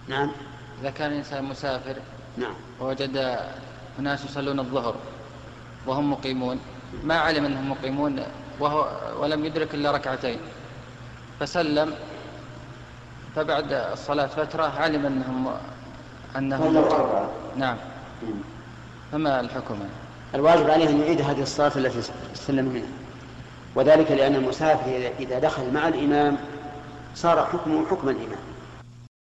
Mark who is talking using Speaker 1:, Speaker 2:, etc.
Speaker 1: نعم.
Speaker 2: إذا كان الإنسان مسافر
Speaker 1: نعم.
Speaker 2: ووجد أناس يصلون الظهر وهم مقيمون، ما علم أنهم مقيمون ولم يدرك إلا ركعتين، فسلم، فبعد الصلاة فترة علم أنهم نعم، فما الحكم؟
Speaker 1: الواجب عليه أن يعيد هذه الصلاة التي سلم منها، وذلك لأن المسافر إذا دخل مع الإمام صار حكمه حكم الإمام.